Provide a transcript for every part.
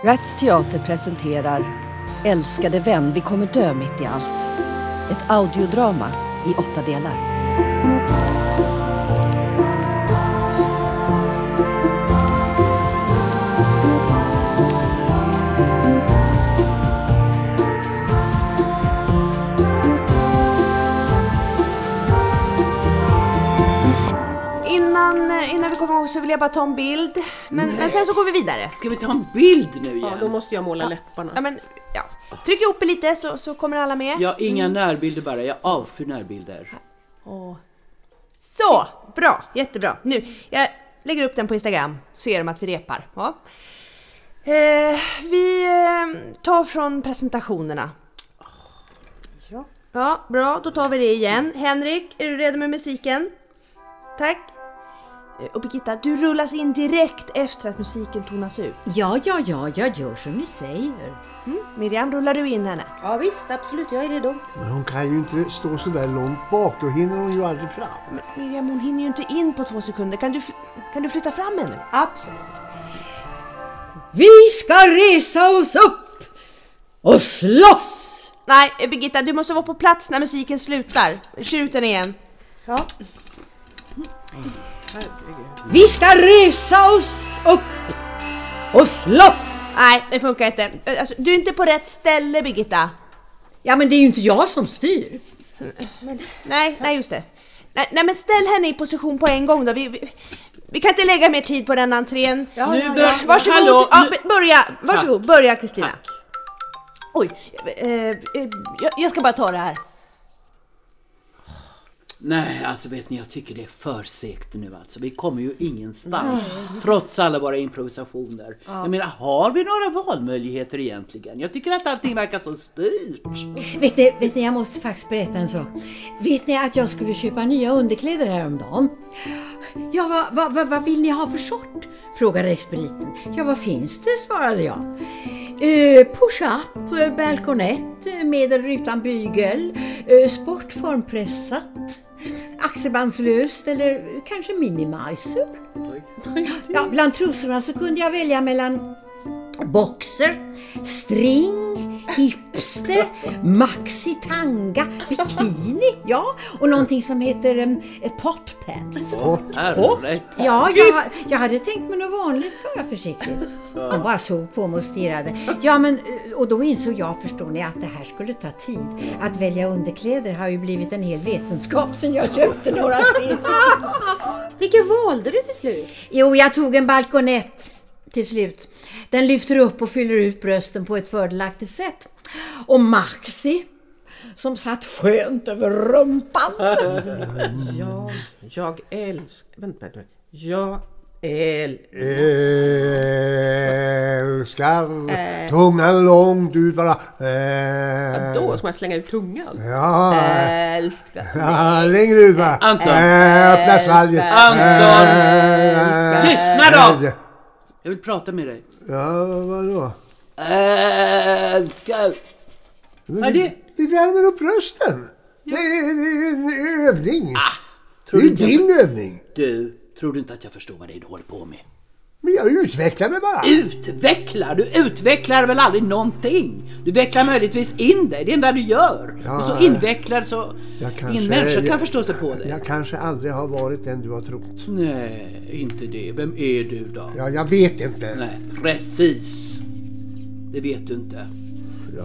Rats Teater presenterar Älskade vän, vi kommer dö mitt i allt. Ett audiodrama i 8 delar. Innan vi kommer ihåg så vill jag bara ta en bild. Men sen så går vi vidare. Ska vi ta en bild nu igen? Ja, då måste jag måla läpparna. Ja. Tryck ihop lite så kommer alla med. Ja, inga närbilder bara. Jag avskyr närbilder. Så, bra. Jättebra. Nu, jag lägger upp den på Instagram. Ser de att vi repar. Ja. Vi tar från presentationerna. Ja, bra. Då tar vi det igen. Henrik, är du redo med musiken? Tack. Och Birgitta, du rullas in direkt efter att musiken tonas ut. Ja, jag gör som ni säger. Miriam, rullar du in henne? Ja visst, absolut, jag är redo. Men hon kan ju inte stå så där långt bak, då hinner hon ju aldrig fram. Men Miriam, hon hinner ju inte in på 2 sekunder. Kan du flytta fram henne? Absolut. Vi ska resa oss upp och slåss! Nej, Birgitta, du måste vara på plats när musiken slutar. Skjut den igen. Ja. Vi ska resa oss upp och slåss! Nej, det funkar inte. Alltså, du är inte på rätt ställe, Birgitta. Ja, men det är ju inte jag som styr. Nej, just det. Nej, men ställ henne i position på en gång då. Vi kan inte lägga mer tid på den entrén. Varsågod. Hallå, Varsågod, börja Kristina. Oj, jag ska bara ta det här. Nej, alltså vet ni, jag tycker det är för segt nu alltså. Vi kommer ju ingenstans, trots alla våra improvisationer. Jag menar, har vi några valmöjligheter egentligen? Jag tycker att allting verkar så styrt. Vet ni, jag måste faktiskt berätta en sak. Vet ni att jag skulle köpa nya underkläder häromdagen? Ja, vad vill ni ha för sort? Frågade expediten. Ja, vad finns det? Svarade jag. Push-up, balkonett, medelrutan bygel, sportformpressat, axelbandslöst eller kanske minimizer. Ja, bland trosorna så kunde jag välja mellan boxer, string, hipster, maxi, tanga, bikini, ja, och någonting som heter potpants. Ja, jag hade tänkt mig något vanligt, sa jag försiktigt. Hon bara såg på mig och stirrade. Ja, men, och då insåg jag, förstår ni, att det här skulle ta tid. Att välja underkläder har ju blivit en hel vetenskap sen jag köpte några sist. Vilken valde du till slut? Jo, jag tog en balkonett till slut. Den lyfter upp och fyller ut brösten på ett fördelaktigt sätt. Och maxi, som satt skönt över rumpan. Jag älskar... Vänta. Jag älskar tungan långt ut bara. Då ska man slänga ut tungan. Ja. Älskar. Ja, längre ut bara. Anton. Öppna svalget. Anton. Lyssna då. Jag vill prata med dig. Ja, vadå? Älskar. Men det värmer upp rösten. Det är en övning. Det är din övning. Du, tror du inte att jag förstår vad det är du håller på med? Men jag utvecklar mig bara. Utvecklar? Du utvecklar väl aldrig någonting? Du vecklar möjligtvis in dig, det är enda du gör. Ja, och så invecklad så ingen människa kan förstå sig på det. Jag kanske aldrig har varit den du har trott. Nej, inte det. Vem är du då? Ja, jag vet inte. Nej, precis. Det vet du inte. Jag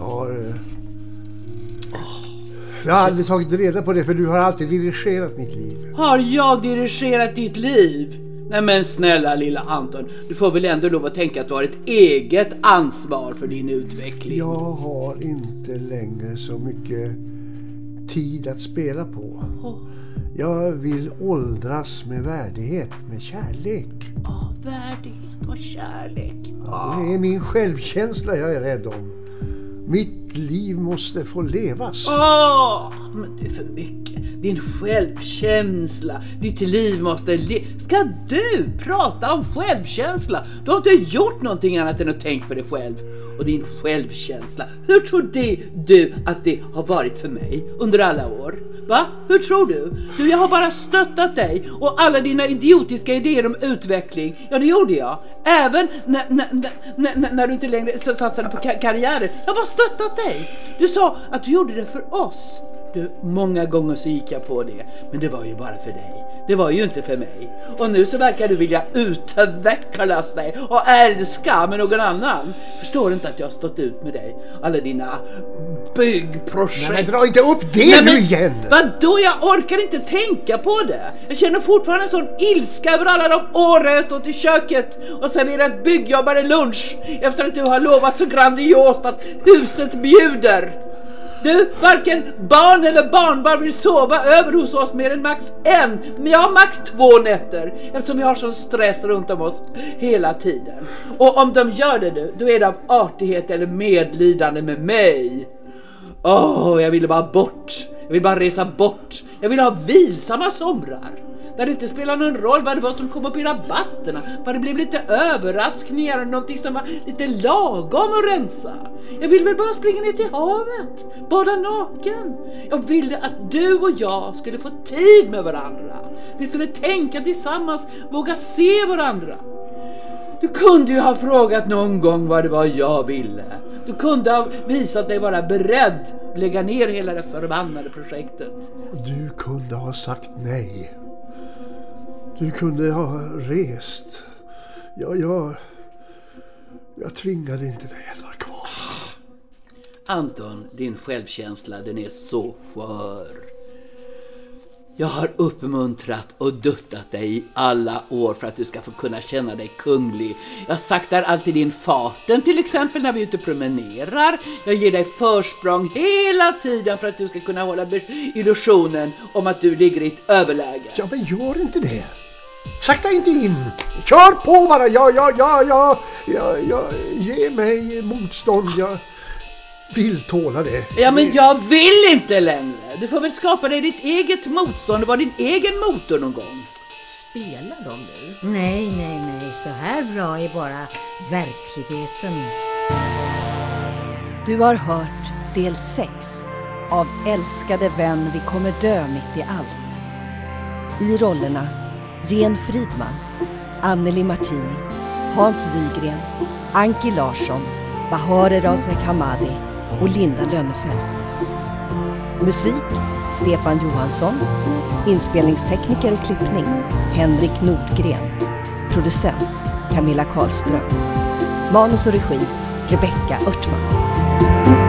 har aldrig tagit reda på det, för du har alltid dirigerat mitt liv. Har jag dirigerat ditt liv? Nej men snälla lilla Anton, du får väl ändå lov att tänka att du har ett eget ansvar för din utveckling. Jag har inte längre så mycket tid att spela på. Jag vill åldras med värdighet, med kärlek. Värdighet och kärlek. Det är min självkänsla jag är rädd om. Mitt liv måste få levas. Men det är för mycket. Din självkänsla. Ditt liv måste Ska du prata om självkänsla? Du har inte gjort någonting annat än att tänka på dig själv. Och din självkänsla. Hur tror du att det har varit för mig under alla år? Va? Hur tror du? Jag har bara stöttat dig och alla dina idiotiska idéer om utveckling. Ja, det gjorde jag. Även när du inte längre satsade på karriären. Jag har bara stöttat dig. Du sa att du gjorde det för oss. Du, många gånger så gick jag på det. Men det var ju bara för dig. Det var ju inte för mig. Och nu så verkar du vilja utvecklas dig och älska med någon annan. Förstår du inte att jag har stått ut med dig? Alla dina byggprojekt. Nej, men dra inte upp det nu igen. Vadå? Jag orkar inte tänka på det. Jag känner fortfarande en sån ilska över alla de åren jag stått i köket och serverat byggjobbare lunch efter att du har lovat så grandiöst att huset bjuder. Du, varken barn eller barnbarn vill sova över hos oss mer än max en, men jag har max 2 nätter eftersom vi har sån stress runt om oss hela tiden. Och om de gör det då är det av artighet eller medlidande med mig. Jag ville bara bort. Jag vill bara resa bort. Jag vill ha vilsamma somrar. Där det inte spelar någon roll vad det var som kom upp i rabatterna. Vad det blev lite överraskningar och någonting som var lite lagom att rensa. Jag ville väl bara springa ner till havet. Bada naken. Jag ville att du och jag skulle få tid med varandra. Vi skulle tänka tillsammans. Våga se varandra. Du kunde ju ha frågat någon gång vad det var jag ville. Du kunde ha visat dig vara beredd att lägga ner hela det förbannade projektet. Du kunde ha sagt nej. Du kunde ha rest. Jag tvingade inte dig att vara kvar. Anton, din självkänsla, den är så skör. Jag har uppmuntrat och duttat dig i alla år för att du ska få kunna känna dig kunglig. Jag saktar alltid din farten, till exempel när vi är ute och promenerar. Jag ger dig försprång hela tiden för att du ska kunna hålla illusionen om att du ligger i ett överläge. Ja, men gör inte det. Sakta inte in. Kör på bara. Ge mig motstånd. Jag vill tåla det. Ja, men jag vill inte längre. Du får väl skapa dig ditt eget motstånd och vara din egen motor någon gång. Spelar de nu? Nej. Så här bra är bara verkligheten. Du har hört del 6 av Älskade vän, vi kommer dö mitt i allt. I rollerna Jen Fridman, Anneli Martini, Hans Wigren, Anki Larsson, Bahare Razek Hamadi och Linda Lönnefelt. Musik Stefan Johansson. Inspelningstekniker och klippning Henrik Nordgren. Producent Camilla Karlström. Manus och regi Rebecca Örtman.